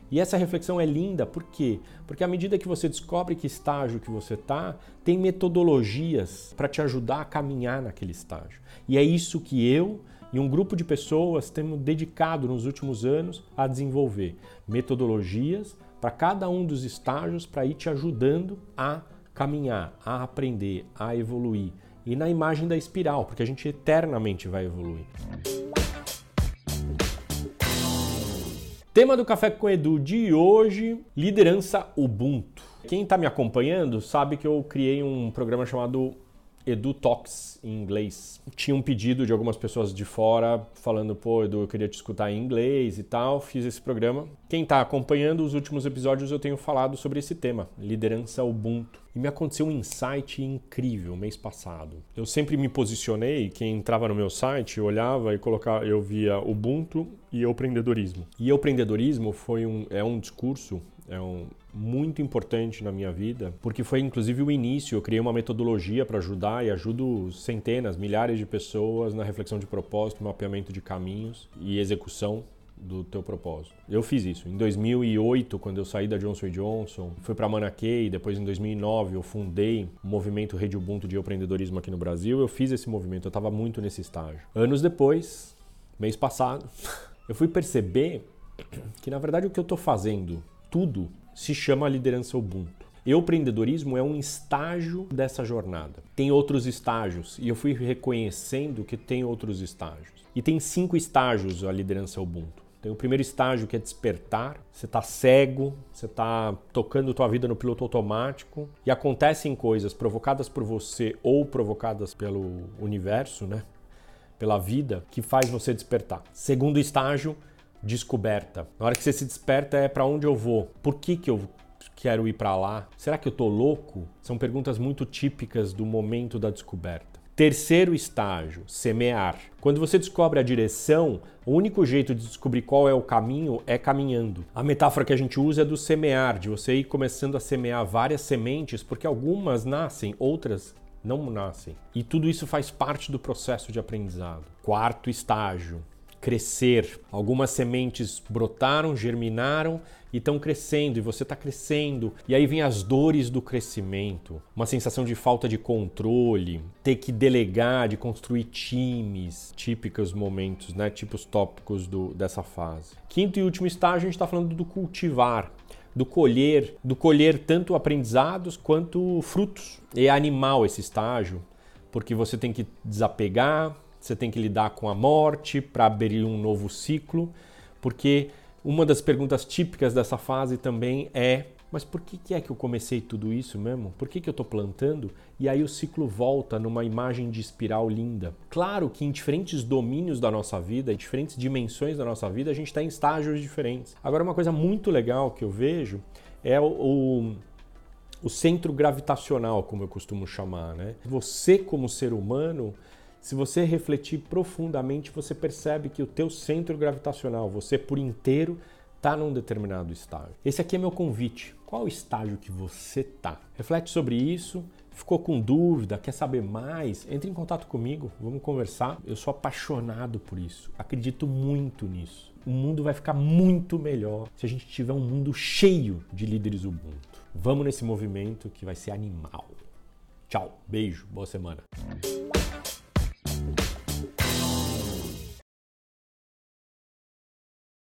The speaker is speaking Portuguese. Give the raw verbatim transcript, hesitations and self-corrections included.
E essa reflexão é linda, por quê? Porque à medida que você descobre que estágio que você está, tem metodologias para te ajudar a caminhar naquele estágio. E é isso que eu e um grupo de pessoas temos dedicado nos últimos anos a desenvolver. Metodologias para cada um dos estágios para ir te ajudando a caminhar, a aprender, a evoluir. E na imagem da espiral, porque a gente eternamente vai evoluir. Tema do Café com Edu de hoje, liderança Ubuntu. Quem está me acompanhando sabe que eu criei um programa chamado Edu Talks em inglês. Tinha um pedido de algumas pessoas de fora falando, pô, Edu, eu queria te escutar em inglês e tal, fiz esse programa. Quem está acompanhando os últimos episódios eu tenho falado sobre esse tema, liderança Ubuntu. E me aconteceu um insight incrível mês passado. Eu sempre me posicionei, quem entrava no meu site, eu olhava e colocava, eu via Ubuntu e empreendedorismo. E empreendedorismo foi um, é um discurso, é um, muito importante na minha vida, porque foi inclusive o início. Eu criei uma metodologia para ajudar e ajudo centenas, milhares de pessoas na reflexão de propósito, mapeamento de caminhos e execução do teu propósito. Eu fiz isso. Em dois mil e oito, quando eu saí da Johnson and Johnson, fui para a Manakei, depois em dois mil e nove eu fundei o movimento Rede Ubuntu de empreendedorismo aqui no Brasil. Eu fiz esse movimento, eu estava muito nesse estágio. Anos depois, mês passado, eu fui perceber que na verdade o que eu estou fazendo, tudo, se chama liderança Ubuntu. O empreendedorismo é um estágio dessa jornada. Tem outros estágios e eu fui reconhecendo que tem outros estágios. E tem cinco estágios a liderança Ubuntu. Tem o primeiro estágio que é despertar, você está cego, você está tocando tua vida no piloto automático e acontecem coisas provocadas por você ou provocadas pelo universo, né? Pela vida, que faz você despertar. Segundo estágio, descoberta. Na hora que você se desperta é para onde eu vou? Por que que eu quero ir para lá? Será que eu tô louco? São perguntas muito típicas do momento da descoberta. Terceiro estágio, semear. Quando você descobre a direção, o único jeito de descobrir qual é o caminho é caminhando. A metáfora que a gente usa é do semear, de você ir começando a semear várias sementes, porque algumas nascem, outras não nascem. E tudo isso faz parte do processo de aprendizado. Quarto estágio, crescer. Algumas sementes brotaram, germinaram e estão crescendo, e você está crescendo. E aí vem as dores do crescimento, uma sensação de falta de controle, ter que delegar, de construir times, típicos momentos, né? Tipos tópicos do, dessa fase. Quinto e último estágio, a gente está falando do cultivar, do colher, do colher tanto aprendizados quanto frutos. É animal esse estágio, porque você tem que desapegar, você tem que lidar com a morte para abrir um novo ciclo, porque uma das perguntas típicas dessa fase também é: mas por que que é que eu comecei tudo isso mesmo? Por que que eu estou plantando? E aí o ciclo volta numa imagem de espiral linda. Claro que em diferentes domínios da nossa vida, em diferentes dimensões da nossa vida, a gente está em estágios diferentes. Agora, uma coisa muito legal que eu vejo é o, o, o centro gravitacional, como eu costumo chamar, né? Você, como ser humano, se você refletir profundamente, você percebe que o teu centro gravitacional, você por inteiro, está num determinado estágio. Esse aqui é meu convite. Qual o estágio que você está? Reflete sobre isso. Ficou com dúvida? Quer saber mais? Entre em contato comigo, vamos conversar. Eu sou apaixonado por isso. Acredito muito nisso. O mundo vai ficar muito melhor se a gente tiver um mundo cheio de líderes Ubuntu. Vamos nesse movimento que vai ser animal. Tchau, beijo, boa semana.